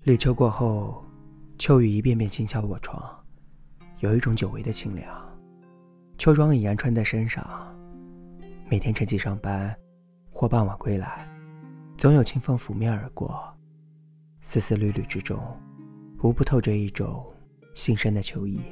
立秋过后，秋雨一遍遍轻敲我窗，有一种久违的清凉。秋装已然穿在身上，每天晨起上班或傍晚归来，总有清风拂面而过，丝丝缕缕之中，无不透着一种新生的秋意。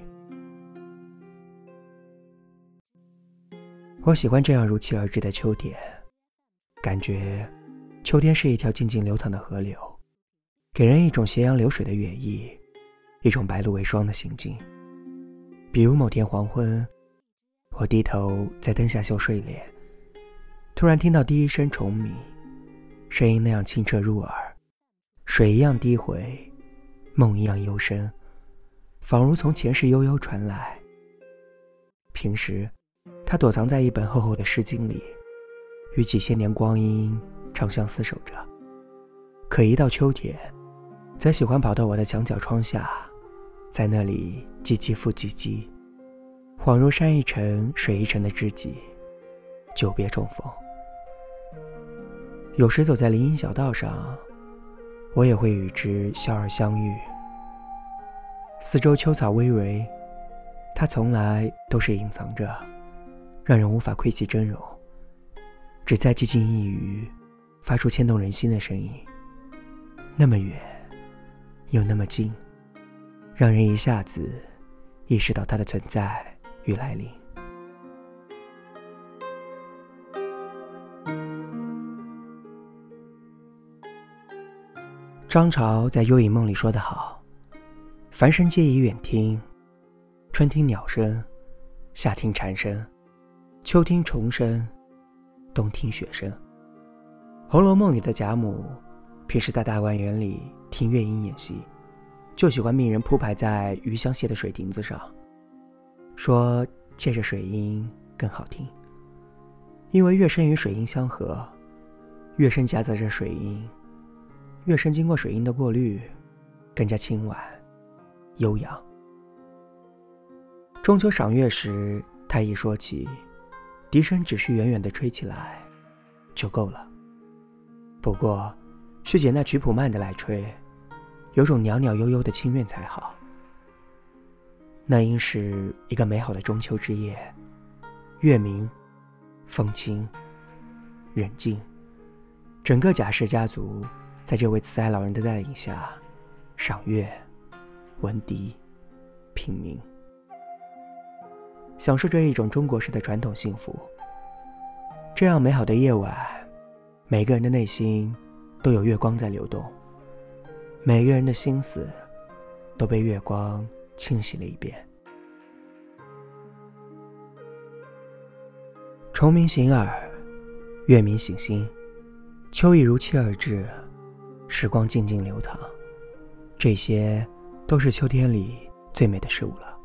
我喜欢这样如期而至的秋天，感觉秋天是一条静静流淌的河流，给人一种斜阳流水的远意，一种白露为霜的行径。比如某天黄昏，我低头在灯下绣睡莲，突然听到第一声虫鸣，声音那样清澈入耳，水一样低回，梦一样幽深，仿如从前世悠悠传来。平时它躲藏在一本厚厚的诗经里，与几千年光阴长相厮守着，可一到秋天，则喜欢跑到我的墙角窗下，在那里唧唧复唧唧，恍如山一程水一程的知己，久别重逢。有时走在林荫小道上，我也会与之笑而相遇。四周秋草葳蕤，它从来都是隐藏着，让人无法窥其真容，只在寂静一隅发出牵动人心的声音，那么远又那么近，让人一下子意识到它的存在与来临。张潮在《幽隐梦》里说得好，凡声皆宜远听，春听鸟声，夏听蝉声，秋听虫声，冬听雪声。《红楼梦》里的贾母平时在大观园里听乐音演戏，就喜欢命人铺排在鱼香榭的水亭子上，说借着水音更好听，因为乐声与水音相合，乐声夹杂着水音，乐声经过水音的过滤，更加清婉悠扬。中秋赏月时，他一说起，笛声只需远远地吹起来就够了，不过须捡那曲谱慢的来吹，有种袅袅悠悠的清韵才好。那应是一个美好的中秋之夜，月明风清人静，整个贾氏家族在这位慈爱老人的带领下，赏月闻笛品茗，享受着一种中国式的传统幸福。这样美好的夜晚，每个人的内心都有月光在流动，每个人的心思都被月光清洗了一遍。虫鸣醒耳，月明醒心，秋意如期而至，时光静静流淌，这些都是秋天里最美的事物了。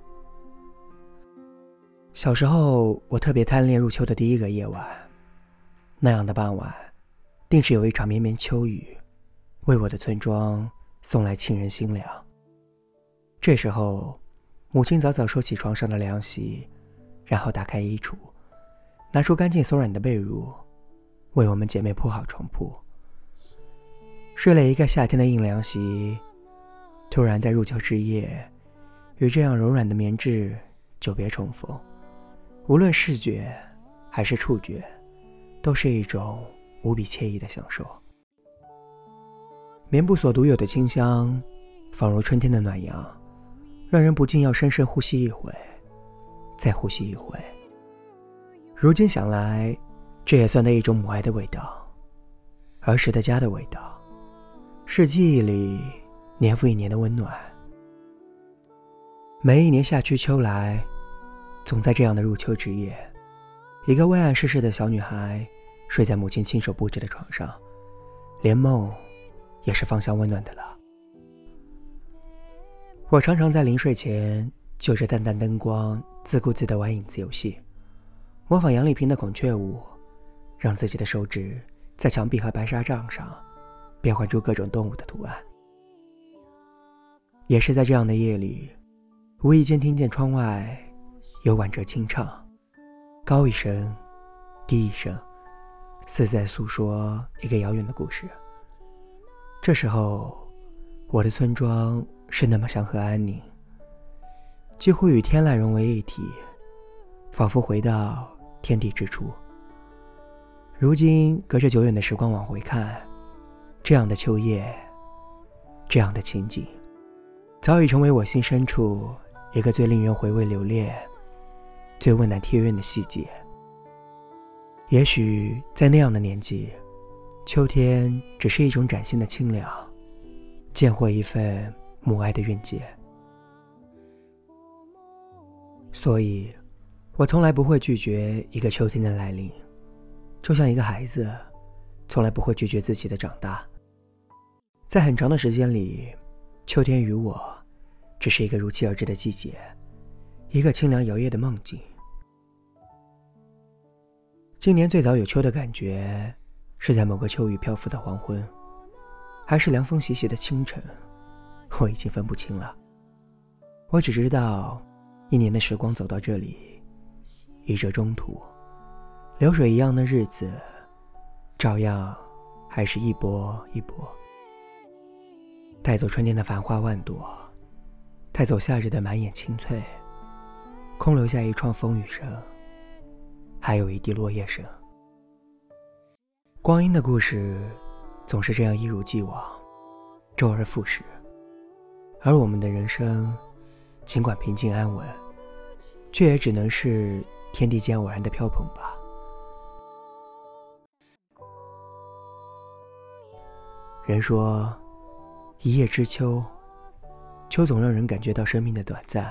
小时候，我特别贪恋入秋的第一个夜晚，那样的傍晚，定是有一场绵绵秋雨，为我的村庄送来沁人心凉。这时候，母亲早早收起床上的凉席，然后打开衣橱，拿出干净松软的被褥，为我们姐妹铺好床铺。睡了一个夏天的硬凉席，突然在入秋之夜，与这样柔软的棉质久别重逢，无论视觉还是触觉，都是一种无比惬意的享受。棉布所独有的清香，仿如春天的暖阳，让人不禁要深深呼吸一回，再呼吸一回。如今想来，这也算得一种母爱的味道，儿时的家的味道，是记忆里年复一年的温暖。每一年夏去秋来，总在这样的入秋之夜，一个微暗世事的小女孩睡在母亲亲手布置的床上，连梦也是芳香温暖的了。我常常在临睡前就着淡淡灯光自顾自地玩影子游戏，模仿杨丽萍的孔雀舞，让自己的手指在墙壁和白纱帐上变换出各种动物的图案。也是在这样的夜里，无意间听见窗外有婉折轻唱，高一声低一声，似在诉说一个遥远的故事。这时候我的村庄是那么祥和安宁，几乎与天籁融为一体，仿佛回到天地之初。如今隔着久远的时光往回看，这样的秋夜，这样的情景，早已成为我心深处一个最令人回味留恋、最温暖贴润的细节。也许在那样的年纪，秋天只是一种崭新的清凉，见获一份母爱的蕴藉。所以我从来不会拒绝一个秋天的来临，就像一个孩子从来不会拒绝自己的长大。在很长的时间里，秋天与我只是一个如期而至的季节，一个清凉摇曳的梦境。今年最早有秋的感觉，是在某个秋雨漂浮的黄昏，还是凉风习习的清晨，我已经分不清了。我只知道一年的时光走到这里，一折中途，流水一样的日子照样还是一波一波，带走春天的繁花万朵，带走夏日的满眼青翠，空留下一窗风雨声，还有一滴落叶声。光阴的故事总是这样一如既往，周而复始，而我们的人生尽管平静安稳，却也只能是天地间偶然的飘蓬吧。人说一叶知秋，秋总让人感觉到生命的短暂。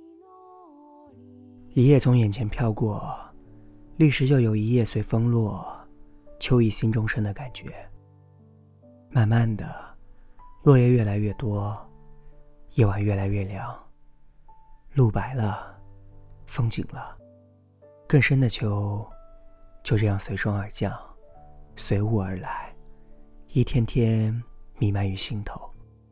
一叶从眼前飘过，立时就有一叶随风落，秋意心中生的感觉。慢慢的，落叶越来越多，夜晚越来越凉，路白了，风景了，更深的秋就这样随霜而降，随雾而来，一天天弥漫于心头。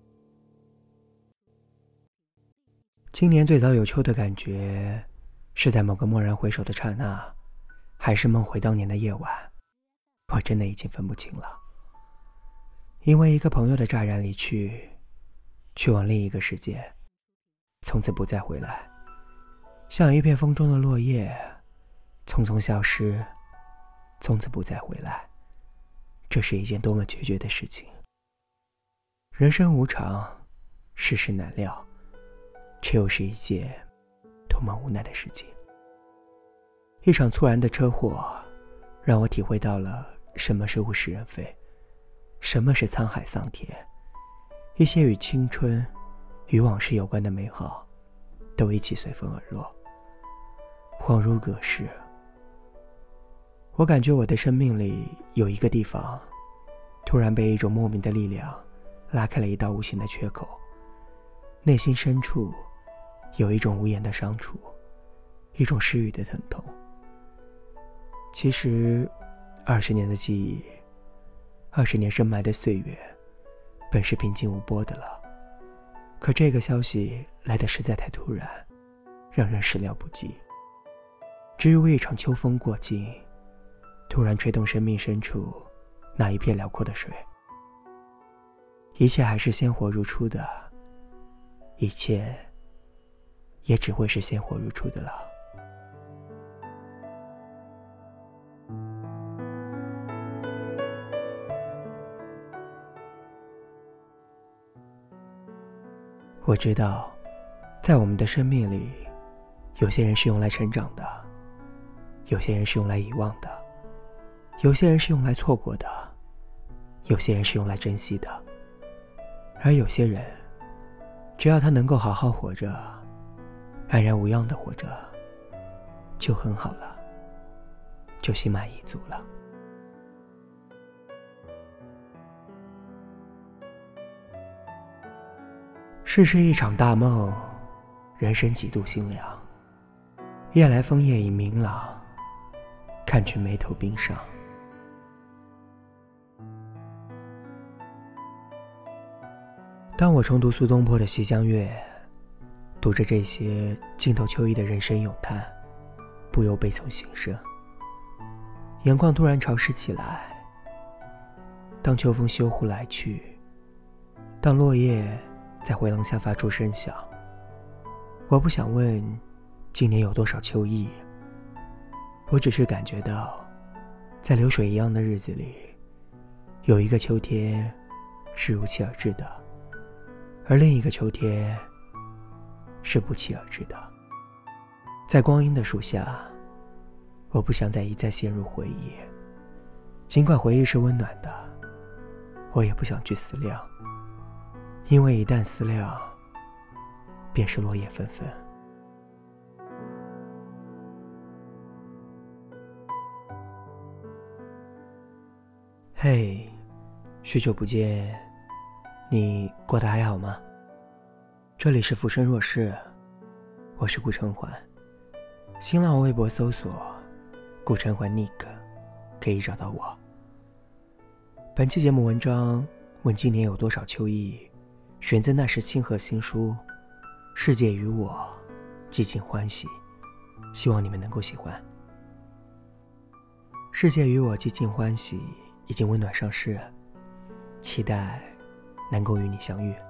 今年最早有秋的感觉，是在某个蓦然回首的刹那，还是梦回当年的夜晚，我真的已经分不清了。因为一个朋友的乍然离去，去往另一个世界，从此不再回来，像一片风中的落叶，匆匆消失，从此不再回来。这是一件多么决绝的事情。人生无常，世事难料，这又是一件多么无奈的事情。一场猝然的车祸，让我体会到了什么是物是人非，什么是沧海桑田。一些与青春与往事有关的美好，都一起随风而落，恍如隔世。我感觉我的生命里有一个地方，突然被一种莫名的力量拉开了一道无形的缺口，内心深处有一种无言的伤楚，一种失语的疼痛。其实20年的记忆，20年深埋的岁月，本是平静无波的了，可这个消息来得实在太突然，让人始料不及。只如一场秋风过境，突然吹动生命深处那一片辽阔的水。一切还是鲜活如初的，一切也只会是鲜活如初的了。我知道，在我们的生命里，有些人是用来成长的，有些人是用来遗忘的，有些人是用来错过的，有些人是用来珍惜的，而有些人，只要他能够好好活着，安然无恙地活着，就很好了，就心满意足了。世事一场大梦，人生几度心凉。夜来风叶已明朗，看去眉头冰上。当我重读苏东坡的《西江月》，读着这些尽头秋意的人生咏叹，不由悲从心生，眼眶突然潮湿起来。当秋风休忽来去， 当落叶在回廊下发出声响，我不想问今年有多少秋意，我只是感觉到在流水一样的日子里，有一个秋天是如期而至的，而另一个秋天是不期而至的。在光阴的树下，我不想再一再陷入回忆，尽管回忆是温暖的，我也不想去思量，因为一旦思量，便是落叶纷纷。嘿，许久不见，你过得还好吗？这里是浮生若世，我是顾城环。新浪微博搜索顾城环 Nick 可以找到我。本期节目文章问今年有多少秋意，选自那时清河新书《世界与我寂静欢喜》，希望你们能够喜欢。世界与我寂静欢喜已经温暖上市，期待能够与你相遇。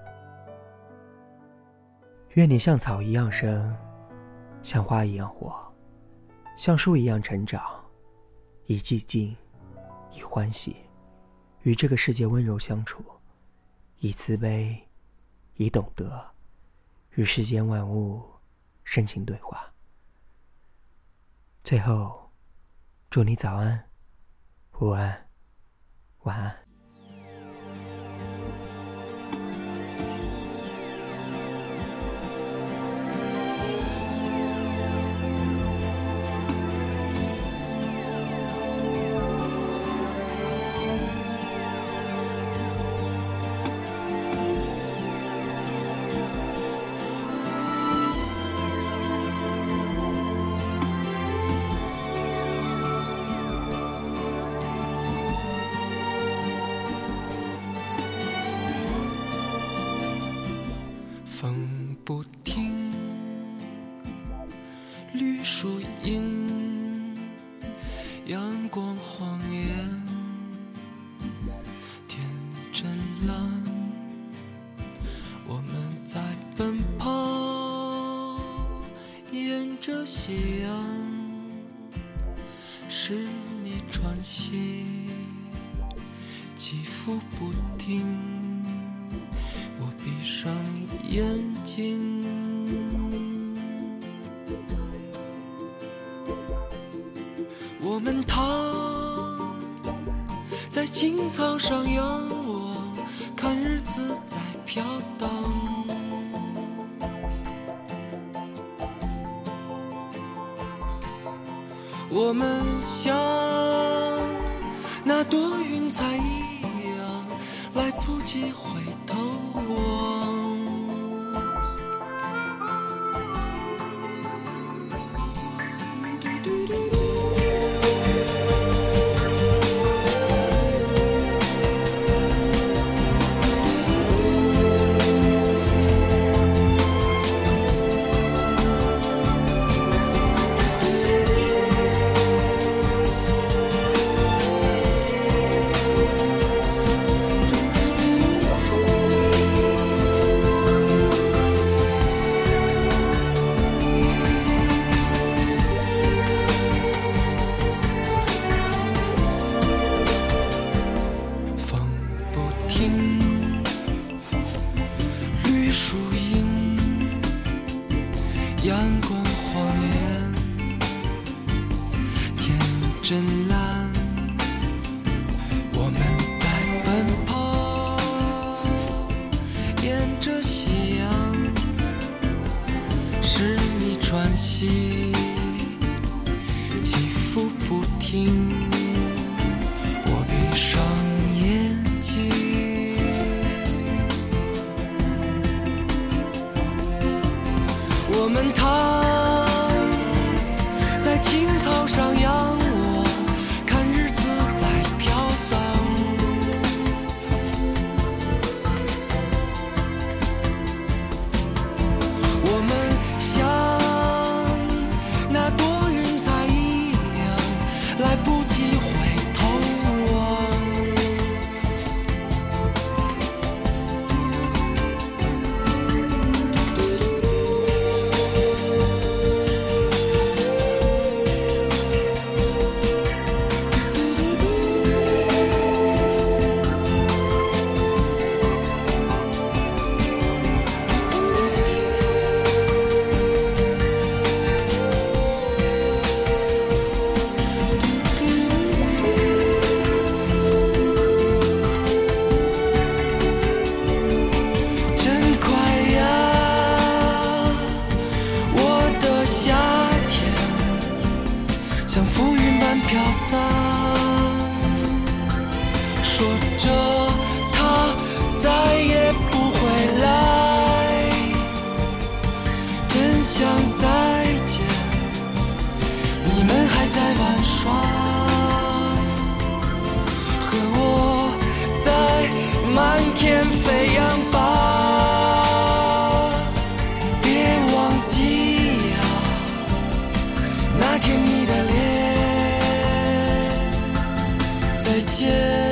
愿你像草一样生，像花一样活，像树一样成长，以寂静，以欢喜，与这个世界温柔相处，以慈悲，以懂得，与世间万物深情对话。最后，祝你早安、午安、晚安。 风不停，绿树荫，阳光晃眼，天真蓝，我们在奔跑，沿着夕阳，是你喘息，起伏不停，我闭上眼睛，我们躺在青草上仰望，看日子在飘荡。我们像那朵云彩一样，来不及回头望。绿树荫，阳光晃眼，天真蓝，我们在奔跑，沿着夕阳，是你喘息，起伏不停，我闭上眼睛。我们躺在青草上仰望，看日子在飘荡。我们像那朵云彩一样，来不及浮云般飘散，说着他再也不回来，真想再见，你们还在玩耍，和我在漫天飞扬吧，别忘记呀，那天你的脸。再见。